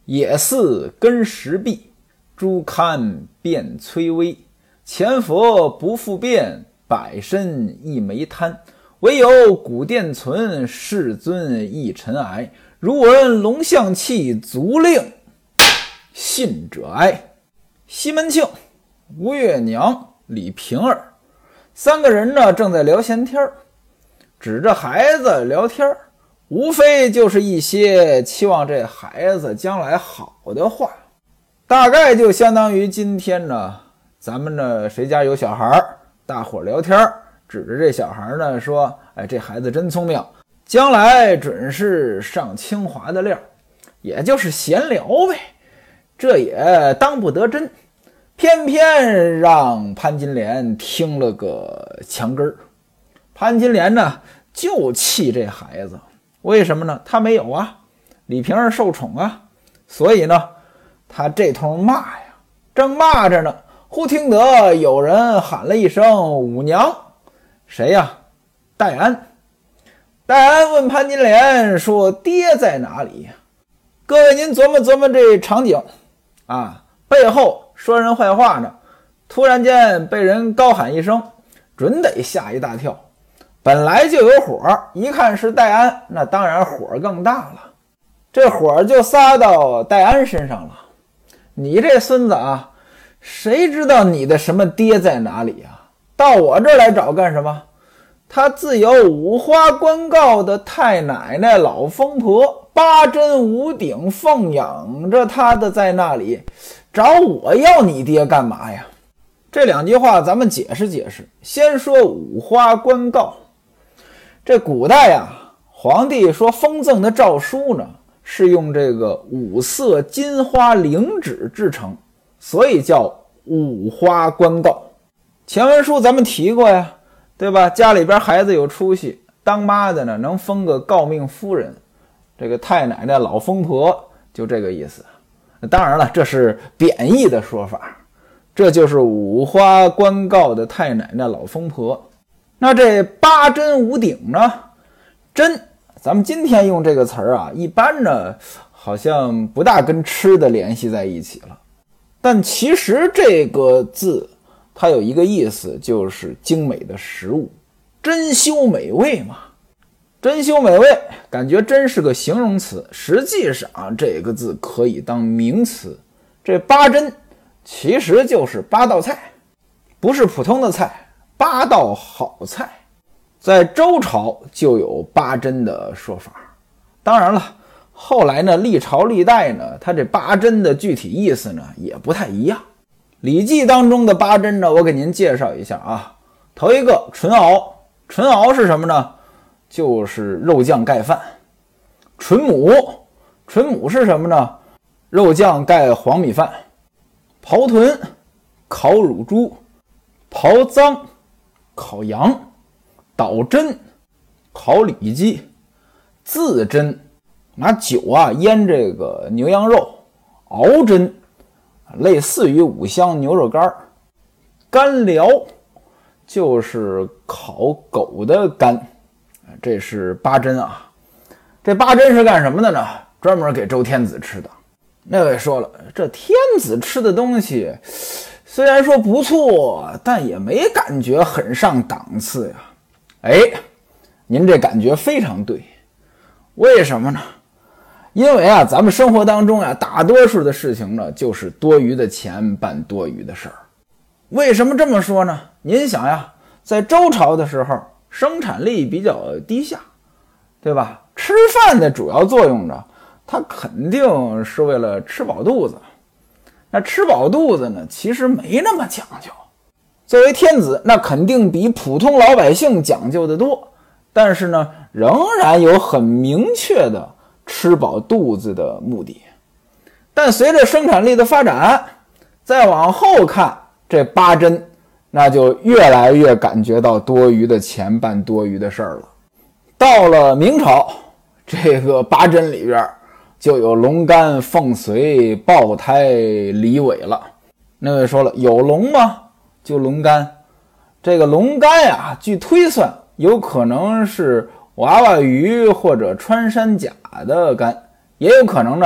野似根石壁，诸堪变崔微。前佛不复变，百身亦没贪。唯有古殿存，世尊亦尘埃。如闻龙象气，足令信者哀。西门庆、吴月娘、李瓶儿三个人呢，正在聊闲天，指着孩子聊天，无非就是一些期望这孩子将来好的话。大概就相当于今天呢，咱们呢谁家有小孩，大伙聊天，指着这小孩呢说，哎，这孩子真聪明，将来准是上清华的料，也就是闲聊呗，这也当不得真。偏偏让潘金莲听了个墙根儿。潘金莲呢就气这孩子，为什么呢？他没有啊，李瓶儿受宠啊，所以呢他这通骂呀，正骂着呢，忽听得有人喊了一声舞娘。谁呀？戴安。戴安问潘金莲说，爹在哪里？各位您琢磨琢磨这场景啊，背后说人坏话呢，突然间被人高喊一声，准得吓一大跳。本来就有火，一看是戴安，那当然火更大了，这火就撒到戴安身上了。你这孙子啊，谁知道你的什么爹在哪里啊？到我这儿来找干什么？他自有五花官告的太奶奶老疯婆，八珍五鼎奉养着他的在那里，找我要你爹干嘛呀？这两句话咱们解释解释。先说五花官告，这古代啊，皇帝说封赠的诏书呢，是用这个五色金花绫纸制成，所以叫五花官告。前文书咱们提过呀，对吧？家里边孩子有出息，当妈的呢能封个诰命夫人，这个太奶奶老疯婆，就这个意思。当然了，这是贬义的说法，这就是五花官告的太奶奶老疯婆。那这八珍五鼎呢？珍，咱们今天用这个词儿啊，一般呢好像不大跟吃的联系在一起了，但其实这个字它有一个意思，就是精美的食物，珍馐美味嘛。珍馐美味，感觉真是个形容词，实际上这个字可以当名词。这八珍其实就是八道菜，不是普通的菜，八道好菜。在周朝就有八珍的说法。当然了，后来呢，历朝历代呢，它这八珍的具体意思呢也不太一样。礼记当中的八珍呢，我给您介绍一下啊。头一个纯熬，纯熬是什么呢？就是肉酱盖饭。纯母，纯母是什么呢？肉酱盖黄米饭。刨豚，烤乳猪。刨脏，烤羊。倒针，烤里脊。自针，拿酒啊腌这个牛羊肉。熬针，类似于五香牛肉干。干撩，就是烤狗的肝。这是八珍啊。这八珍是干什么的呢？专门给周天子吃的。那位说了，这天子吃的东西虽然说不错，但也没感觉很上档次呀。哎，您这感觉非常对。为什么呢？因为啊，咱们生活当中啊，大多数的事情呢，就是多余的钱办多余的事儿。为什么这么说呢？您想呀，在周朝的时候，生产力比较低下，对吧？吃饭的主要作用呢，它肯定是为了吃饱肚子。那吃饱肚子呢，其实没那么讲究。作为天子，那肯定比普通老百姓讲究的多，但是呢，仍然有很明确的吃饱肚子的目的。但随着生产力的发展，再往后看，这八珍那就越来越感觉到多余的钱办多余的事儿了。到了明朝，这个八珍里边就有龙肝、凤髓、爆胎、鲤尾了。那位说了，有龙吗？就龙肝。这个龙肝呀，据推算有可能是娃娃鱼或者穿山甲的肝，也有可能呢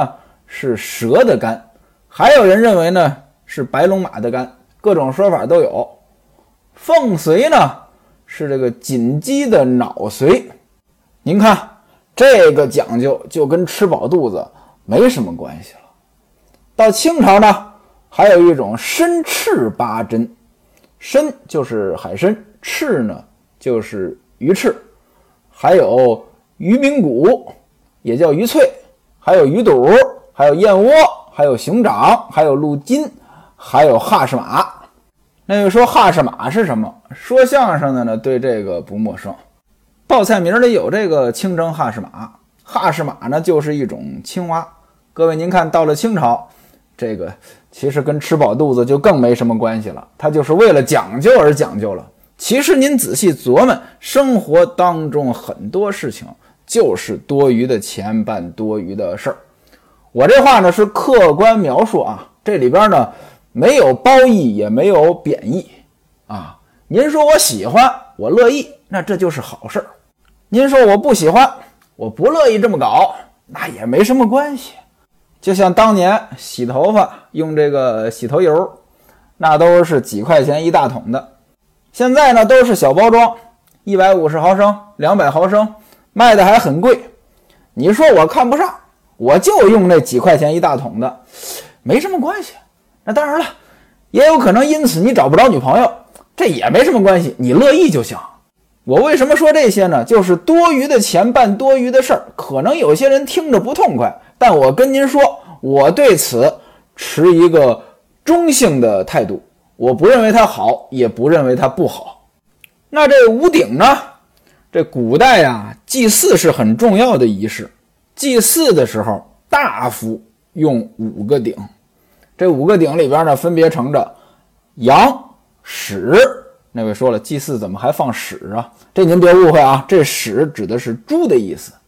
是蛇的肝，还有人认为呢是白龙马的肝，各种说法都有。凤髓呢是这个锦鸡的脑髓。您看这个讲究就跟吃饱肚子没什么关系了。到清朝呢还有一种参翅八珍，参就是海参，翅呢就是鱼翅，还有鱼名骨也叫鱼脆，还有鱼肚，还有燕窝，还有熊掌，还有鹿筋，还有哈士马。那就说哈士马是什么？说相声的呢对这个不陌生，报菜名里有这个清蒸哈士马。哈士马呢就是一种青蛙。各位您看到了清朝，这个其实跟吃饱肚子就更没什么关系了，它就是为了讲究而讲究了。其实您仔细琢磨，生活当中很多事情就是多余的钱办多余的事儿。我这话呢是客观描述啊，这里边呢没有褒义也没有贬义啊。您说我喜欢我乐意，那这就是好事儿。您说我不喜欢我不乐意这么搞，那也没什么关系。就像当年洗头发用这个洗头油，那都是几块钱一大桶的，现在呢都是小包装，150毫升200毫升，卖的还很贵。你说我看不上，我就用那几块钱一大桶的，没什么关系。那当然了，也有可能因此你找不着女朋友，这也没什么关系，你乐意就行。我为什么说这些呢？就是多余的钱办多余的事儿，可能有些人听着不痛快，但我跟您说，我对此持一个中性的态度，我不认为它好，也不认为它不好。那这五鼎呢？这古代啊，祭祀是很重要的仪式。祭祀的时候，大夫用5个鼎，这5个鼎里边呢，分别盛着羊、豕。那位说了，祭祀怎么还放豕啊？这您别误会啊，这豕指的是猪的意思。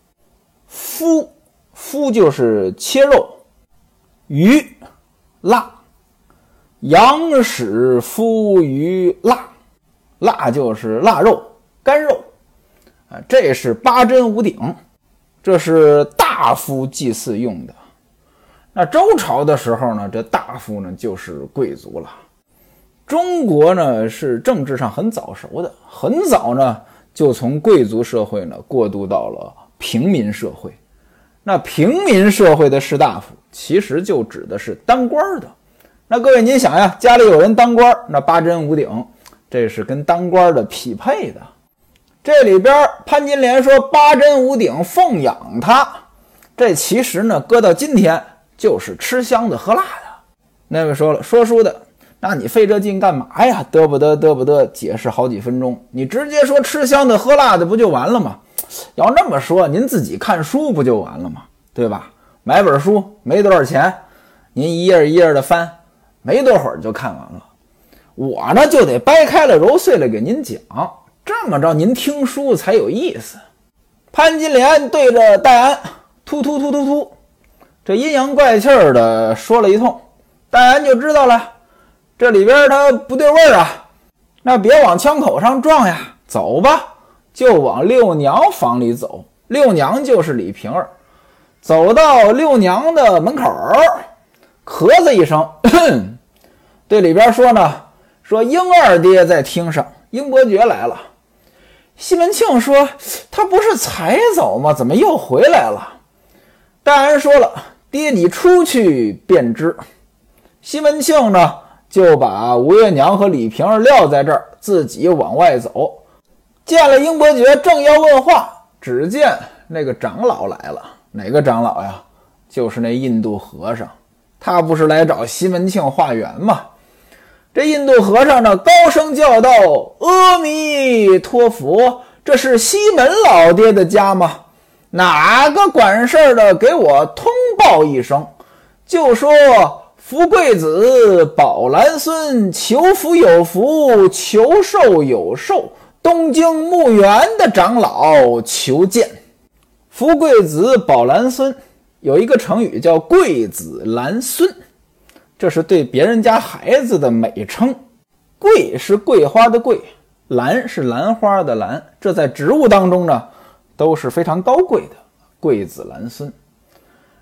麸就是切肉，鱼腊，羊豕麸鱼腊，腊就是腊肉干肉啊，这是8珍5鼎，这是大夫祭祀用的。那周朝的时候呢，这大夫呢就是贵族了。中国呢是政治上很早熟的，很早呢就从贵族社会呢过渡到了平民社会。那平民社会的士大夫其实就指的是当官的。那各位您想呀，家里有人当官，那8珍5鼎这是跟当官的匹配的。这里边潘金莲说8珍5鼎奉养他，这其实呢搁到今天就是吃香的喝辣的。那位说了，说书的那你费这劲干嘛呀？嘚不得解释好几分钟，你直接说吃香的喝辣的不就完了吗？要那么说，您自己看书不就完了吗？对吧？买本书没多少钱，您一页一页的翻，没多会儿就看完了。我呢就得掰开了揉碎了给您讲，这么着您听书才有意思。潘金莲对着戴安突，这阴阳怪气的说了一通，戴安就知道了这里边他不对味儿啊，那别往枪口上撞呀，走吧，就往六娘房里走。六娘就是李瓶儿。走到六娘的门口，咳嗽一声，对里边说呢，说英二爹在厅上，英伯爵来了。西门庆说他不是才走吗？怎么又回来了？戴安说了，爹你出去便知。西门庆呢就把吴月娘和李瓶儿撂在这儿，自己往外走。见了英伯爵，正要问话，只见那个长老来了。哪个长老呀？就是那印度和尚。他不是来找西门庆化缘吗？这印度和尚呢，高声叫道：阿弥陀佛，这是西门老爹的家吗？哪个管事的给我通报一声，就说福贵子宝兰孙求福有福，求寿有寿，东京墓园的长老求见。福贵子宝兰孙有一个成语叫贵子兰孙，这是对别人家孩子的美称。桂是桂花的桂，兰是兰花的兰，这在植物当中呢都是非常高贵的。桂子兰孙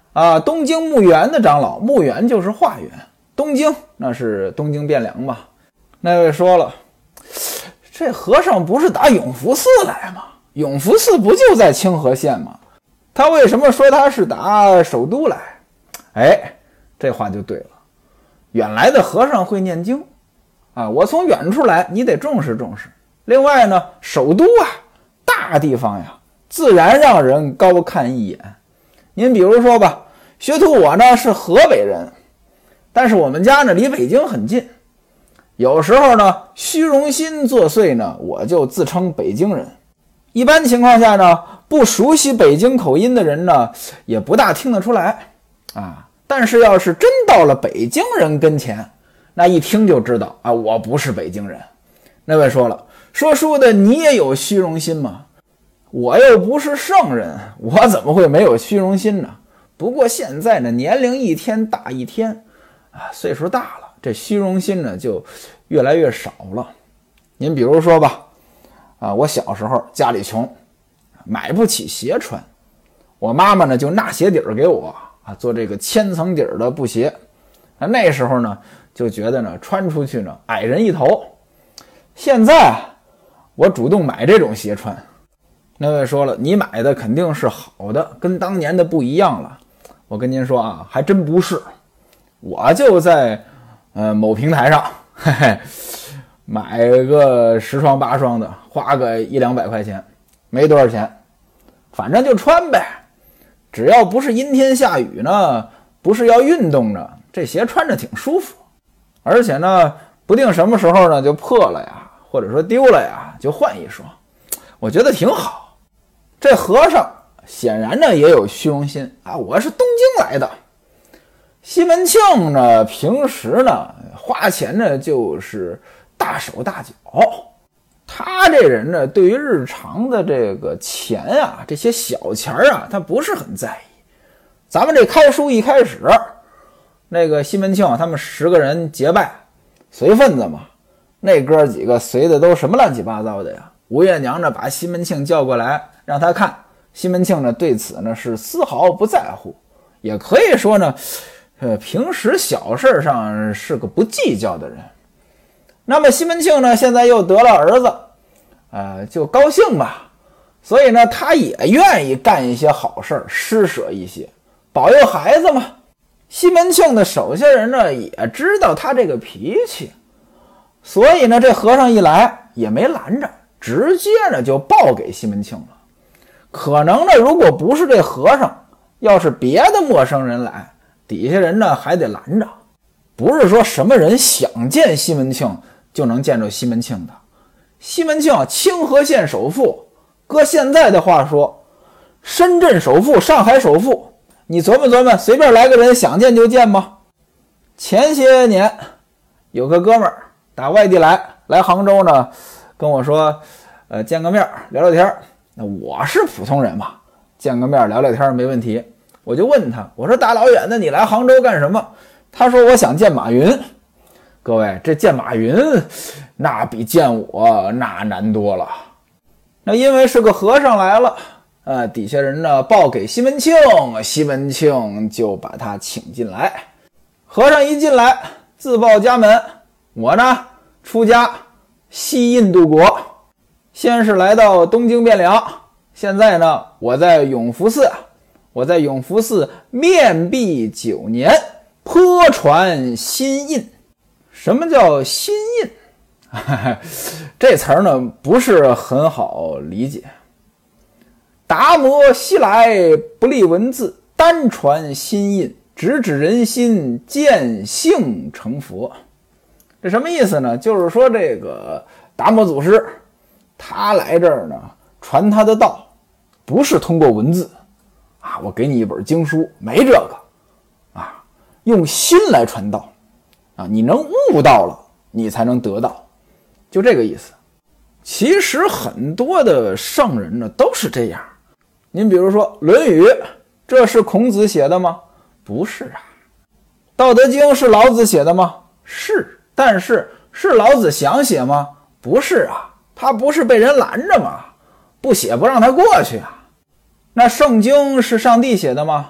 东京木原的长老，木原就是化缘，东京那是东京汴梁嘛。那位说了，这和尚不是打永福寺来吗？永福寺不就在清河县吗？他为什么说他是打首都来？这话就对了，远来的和尚会念经我从远处来，你得重视重视。另外呢，首都大地方呀，自然让人高看一眼。您比如说吧，学徒我呢是河北人，但是我们家呢离北京很近，有时候呢虚荣心作祟呢，我就自称北京人。一般情况下呢，不熟悉北京口音的人呢也不大听得出来但是要是真到了北京人跟前，那一听就知道我不是北京人。那位说了，说书的你也有虚荣心吗？我又不是圣人，我怎么会没有虚荣心呢？不过现在呢，年龄一天大一天岁数大了，这虚荣心呢就越来越少了。您比如说吧我小时候家里穷，买不起鞋穿，我妈妈呢就纳鞋底儿给我做这个千层底儿的布鞋。那时候呢就觉得呢穿出去呢矮人一头。现在我主动买这种鞋穿。那位说了，你买的肯定是好的，跟当年的不一样了。我跟您说还真不是。我就在某平台上买个10双8双的，花个100-200块钱，没多少钱，反正就穿呗。只要不是阴天下雨呢，不是要运动呢，这鞋穿着挺舒服。而且呢不定什么时候呢就破了呀，或者说丢了呀，就换一双，我觉得挺好。这和尚显然呢也有虚荣心我是东京来的。西门庆呢平时呢花钱呢就是大手大脚，他这人呢对于日常的这个钱这些小钱他不是很在意。咱们这开书一开始，那个西门庆他们10个人结拜随份子嘛，那哥几个随的都什么乱七八糟的呀。吴月娘呢把西门庆叫过来让他看，西门庆呢对此呢是丝毫不在乎，也可以说呢平时小事上是个不计较的人。那么西门庆呢现在又得了儿子就高兴吧，所以呢他也愿意干一些好事，施舍一些，保佑孩子嘛。西门庆的手下人呢也知道他这个脾气，所以呢这和尚一来也没拦着，直接呢就报给西门庆了。可能呢如果不是这和尚，要是别的陌生人来，底下人呢还得拦着。不是说什么人想见西门庆就能见着西门庆的。西门庆清河县首富，搁现在的话说，深圳首富、上海首富，你琢磨琢磨，随便来个人想见就见吗？前些年有个哥们儿打外地来杭州呢，跟我说见个面聊聊天。那我是普通人嘛，见个面聊聊天没问题。我就问他，我说大老远的你来杭州干什么？他说我想见马云。各位，这见马云那比见我那难多了。那因为是个和尚来了底下人呢报给西门庆，西门庆就把他请进来。和尚一进来自报家门，我呢出家西印度国，先是来到东京汴梁，现在呢我在永福寺面壁9年，颇传心印。什么叫心印这词儿呢不是很好理解。达摩西来不立文字，单传心印，直指人心，见性成佛。这什么意思呢？就是说这个达摩祖师他来这儿呢传他的道，不是通过文字我给你一本经书，没这个用心来传道你能悟到了你才能得到，就这个意思。其实很多的圣人呢都是这样。您比如说论语，这是孔子写的吗？不是道德经是老子写的吗？是。但是是老子想写吗？不是他不是被人拦着吗？不写不让他过去那圣经是上帝写的吗？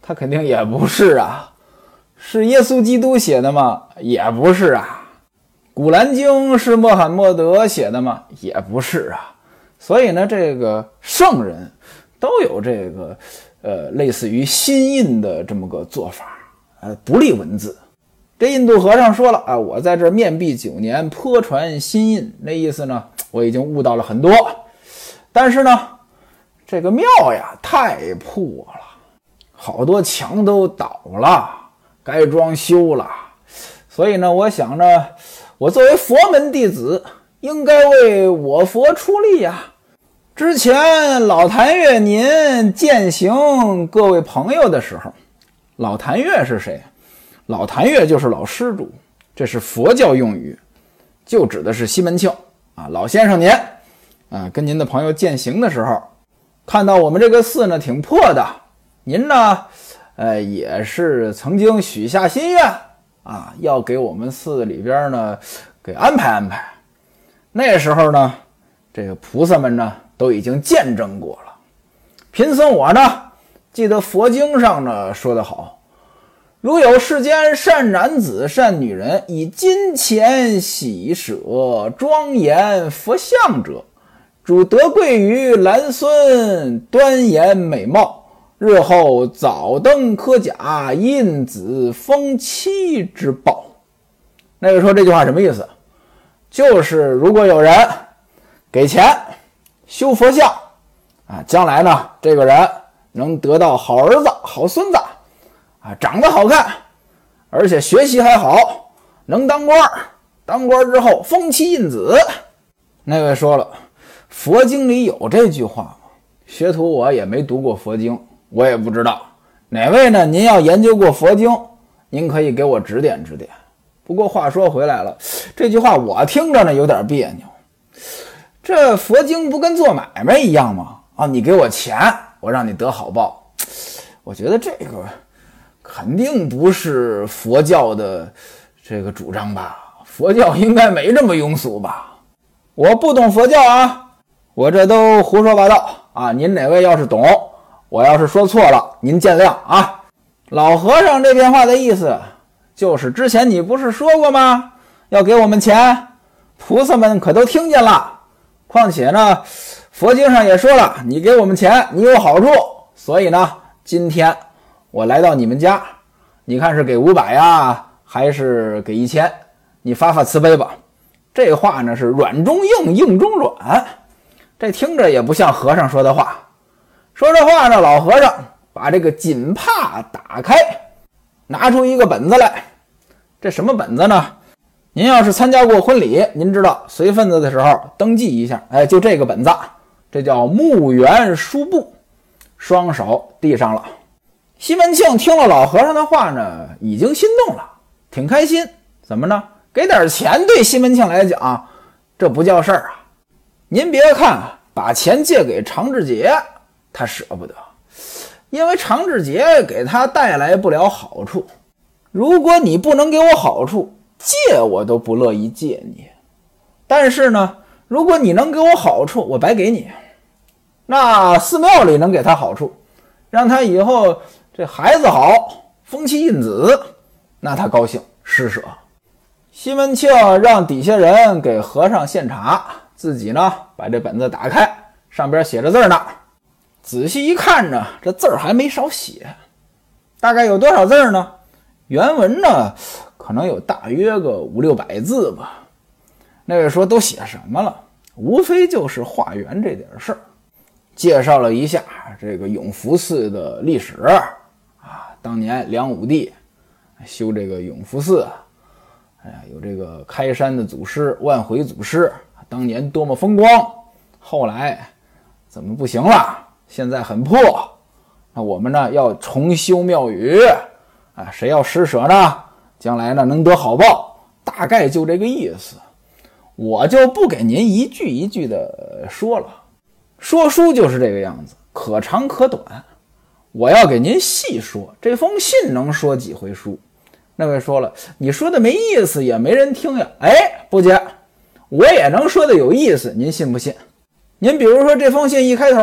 他肯定也不是啊。是耶稣基督写的吗？也不是啊。古兰经是穆罕默德写的吗？也不是啊。所以呢，这个圣人都有这个类似于心印的这么个做法，不立文字。这印度和尚说了啊，我在这面壁9年，颇传心印，那意思呢，我已经悟到了很多，但是呢，这个庙呀太破了，好多墙都倒了，该装修了，所以呢，我想着我作为佛门弟子，应该为我佛出力呀。之前老谭岳您践行各位朋友的时候，老谭岳是谁？老谭岳就是老施主，这是佛教用语，就指的是西门庆啊。老先生您啊，跟您的朋友践行的时候，看到我们这个寺呢挺破的，您呢也是曾经许下心愿啊，要给我们寺里边呢给安排安排。那时候呢，这个菩萨们呢都已经见证过了。贫僧我呢记得佛经上呢说得好，如有世间善男子善女人，以金钱喜舍庄严佛像者，主得贵于兰孙，端严美貌，日后早登科甲，印子封妻之报。那个说这句话什么意思？就是如果有人给钱修佛像啊，将来呢这个人能得到好儿子好孙子啊，长得好看，而且学习还好，能当官，当官之后封妻印子。那位说了，佛经里有这句话吗？学徒我也没读过佛经，我也不知道。哪位呢？您要研究过佛经，您可以给我指点指点。不过话说回来了，这句话我听着呢有点别扭。这佛经不跟做买卖一样吗？啊，你给我钱，我让你得好报。我觉得这个肯定不是佛教的这个主张吧？佛教应该没这么庸俗吧？我不懂佛教啊，我这都胡说八道啊！您哪位要是懂，我要是说错了，您见谅啊。老和尚这篇话的意思就是之前你不是说过吗？要给我们钱，菩萨们可都听见了。况且呢，佛经上也说了，你给我们钱，你有好处，所以呢，今天我来到你们家，你看是给500呀，还是给1000？你发发慈悲吧。这话呢是软中硬，硬中软，这听着也不像和尚说的话。说这话呢，老和尚把这个锦帕打开，拿出一个本子来。这什么本子呢？您要是参加过婚礼，您知道随份子的时候登记一下，就这个本子，这叫墓园书簿。双手递上了。西门庆听了老和尚的话呢，已经心动了，挺开心。怎么呢？给点钱对西门庆来讲，这不叫事儿啊。您别看把钱借给常志杰，他舍不得，因为常志杰给他带来不了好处。如果你不能给我好处，借我都不乐意借你。但是呢，如果你能给我好处，我白给你。那寺庙里能给他好处，让他以后这孩子好，封妻印子，那他高兴施舍。西门庆让底下人给和尚献茶，自己呢把这本子打开，上边写着字呢。仔细一看呢，这字儿还没少写，大概有多少字呢？原文呢可能有大约个500-600字吧。那位说都写什么了？无非就是化缘这点事儿，介绍了一下这个永福寺的历史啊，当年梁武帝修这个永福寺，有这个开山的祖师万回祖师，当年多么风光，后来怎么不行了，现在很破，那我们呢要重修庙宇啊，谁要施舍呢，将来呢能得好报，大概就这个意思。我就不给您一句一句的说了，说书就是这个样子，可长可短。我要给您细说，这封信能说几回书？那位说了，你说的没意思，也没人听呀。不接，我也能说的有意思，您信不信？您比如说这封信一开头，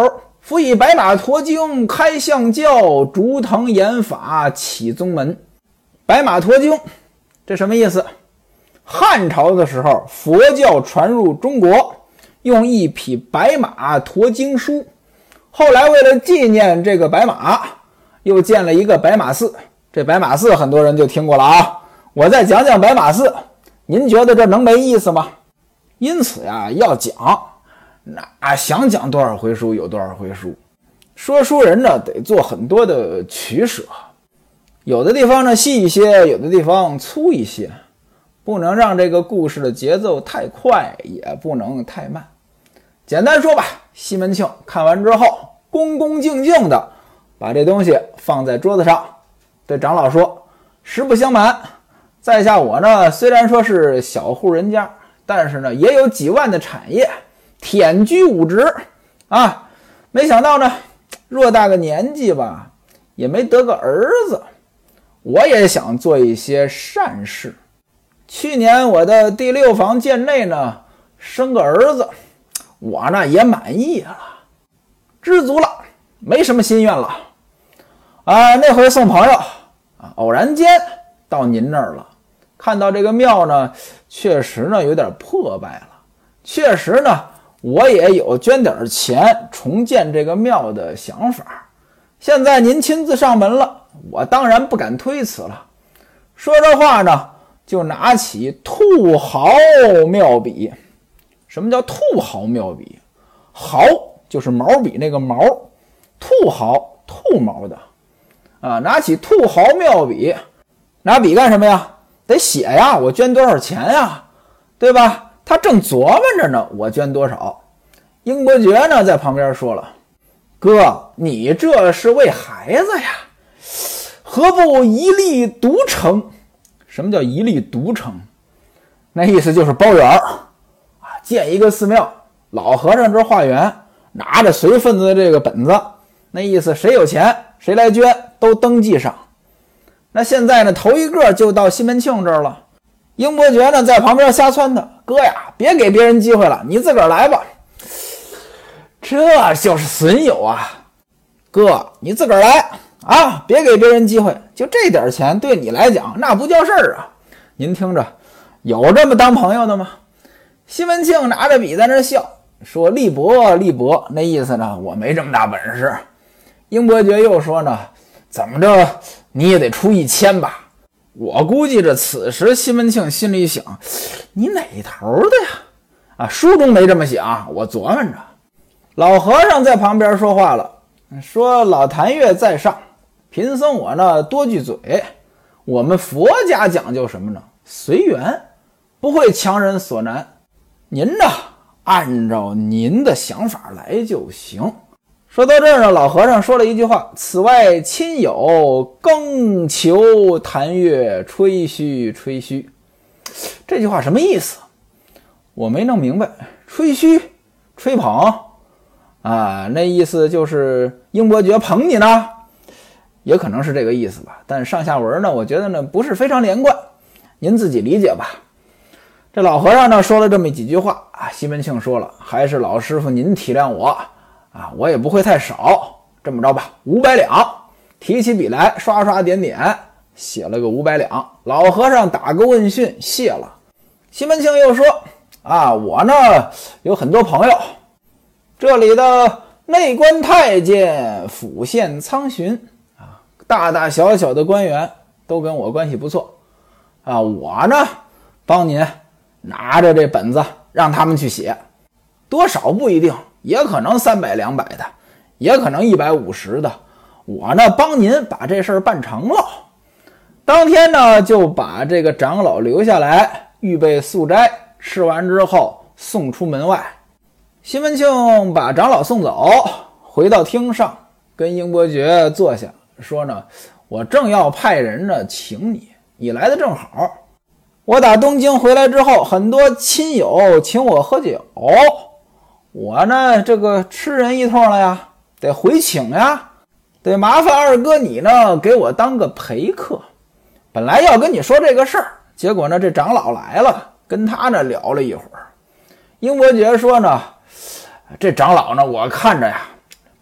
辅以白马驮经，开相教，竹藤演法，起宗门。白马驮经，这什么意思？汉朝的时候，佛教传入中国，用一匹白马驮经书。后来为了纪念这个白马，又建了一个白马寺。这白马寺很多人就听过了啊，我再讲讲白马寺，您觉得这能没意思吗？因此呀，要讲那想讲多少回书有多少回书。说书人呢得做很多的取舍，有的地方呢细一些，有的地方粗一些，不能让这个故事的节奏太快，也不能太慢。简单说吧，西门庆看完之后，恭恭敬敬的把这东西放在桌子上，对长老说：实不相瞒，在下我呢虽然说是小户人家，但是呢也有几万的产业，忝居五职啊，没想到呢偌大个年纪吧，也没得个儿子。我也想做一些善事。去年我的第6房贱内呢生个儿子，我呢也满意了，知足了，没什么心愿了。那回送朋友偶然间到您那儿了，看到这个庙呢确实呢有点破败了，确实呢我也有捐点钱重建这个庙的想法。现在您亲自上门了，我当然不敢推辞了。说这话呢，就拿起兔毫妙笔。什么叫兔毫妙笔？毫就是毛笔那个毛，兔毫兔毛的拿起兔毫妙笔，拿笔干什么呀？得写呀，我捐多少钱呀，对吧？他正琢磨着呢，我捐多少。英伯爵呢在旁边说了：哥，你这是为孩子呀，何不一力独成？什么叫一力独成？那意思就是包圆建一个寺庙，老和尚这化缘，拿着随份子的这个本子，那意思谁有钱谁来捐都登记上。那现在呢头一个就到西门庆这儿了。英伯爵呢在旁边瞎撺掇：哥呀，别给别人机会了，你自个儿来吧。这就是损友啊，哥你自个儿来别给别人机会，就这点钱对你来讲那不叫事儿啊。您听着，有这么当朋友的吗？西门庆拿着笔在那笑，说：力薄力薄，那意思呢我没这么大本事。英伯爵又说呢：怎么着你也得出1000吧。我估计着此时西门庆心里想：你哪头的呀？书中没这么想，我琢磨着。老和尚在旁边说话了，说：老谭岳在上，贫僧我呢多句嘴，我们佛家讲究什么呢？随缘，不会强人所难。您呢按照您的想法来就行。说到这儿呢，老和尚说了一句话：此外亲友更求谭岳吹嘘吹嘘。这句话什么意思？我没弄明白。吹嘘吹捧那意思就是英伯爵捧你呢，也可能是这个意思吧，但上下文呢我觉得呢不是非常连贯，您自己理解吧。这老和尚呢说了这么几句话西门庆说了：还是老师傅您体谅我我也不会太少。这么着吧，500两。提起笔来刷刷点点写了个500两。老和尚打个问讯谢了。西门庆又说：我呢有很多朋友，这里的内官太监、府县仓巡大大小小的官员都跟我关系不错我呢帮您拿着这本子让他们去写，多少不一定，也可能300、200的，也可能150的，我呢帮您把这事儿办成了。当天呢就把这个长老留下来预备素斋，吃完之后送出门外。西门庆把长老送走，回到厅上跟英伯爵坐下，说呢：我正要派人呢请你，你来的正好。我打东京回来之后，很多亲友请我喝酒，我呢这个吃人一通了呀，得回请呀，得麻烦二哥你呢给我当个陪客。本来要跟你说这个事儿，结果呢这长老来了，跟他呢聊了一会儿。英伯爵说呢：这长老呢我看着呀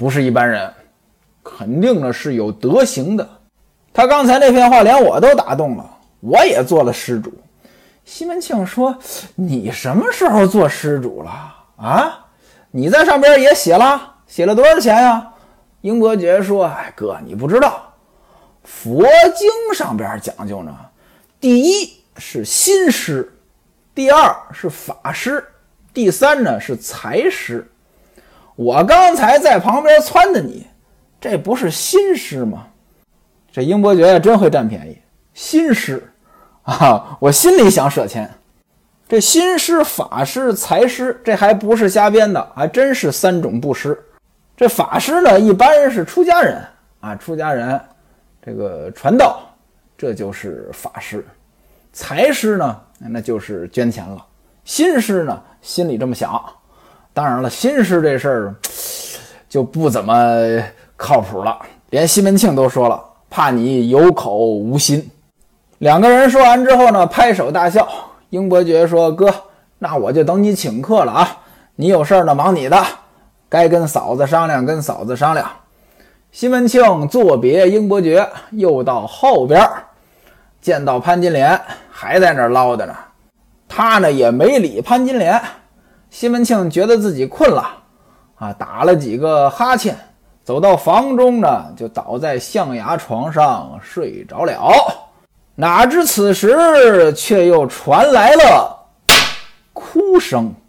不是一般人，肯定呢是有德行的。他刚才那篇话连我都打动了，我也做了施主。西门庆说：“你什么时候做施主了啊？你在上边也写了，写了多少钱呀？”英伯爵说：“哎，哥，你不知道，佛经上边讲究呢，第一是心施，第二是法施，第三呢是财施。我刚才在旁边撺的你，这不是心施吗？”这英伯爵真会占便宜，心施啊！我心里想舍钱。这心施、法施、财施，这还不是瞎编的，还真是3种布施。这法施呢，一般是出家人啊，出家人这个传道，这就是法施。财施呢，那就是捐钱了。心施呢，心里这么想。当然了，心施这事儿就不怎么靠谱了，连西门庆都说了，怕你有口无心。两个人说完之后呢，拍手大笑。英伯爵说：“哥，那我就等你请客了啊！你有事呢，忙你的，该跟嫂子商量，跟嫂子商量。”西门庆作别英伯爵，又到后边，见到潘金莲还在那儿唠叨呢。他呢也没理潘金莲。西门庆觉得自己困了啊，打了几个哈欠，走到房中呢，就倒在象牙床上睡着了。哪知此时却又传来了哭声。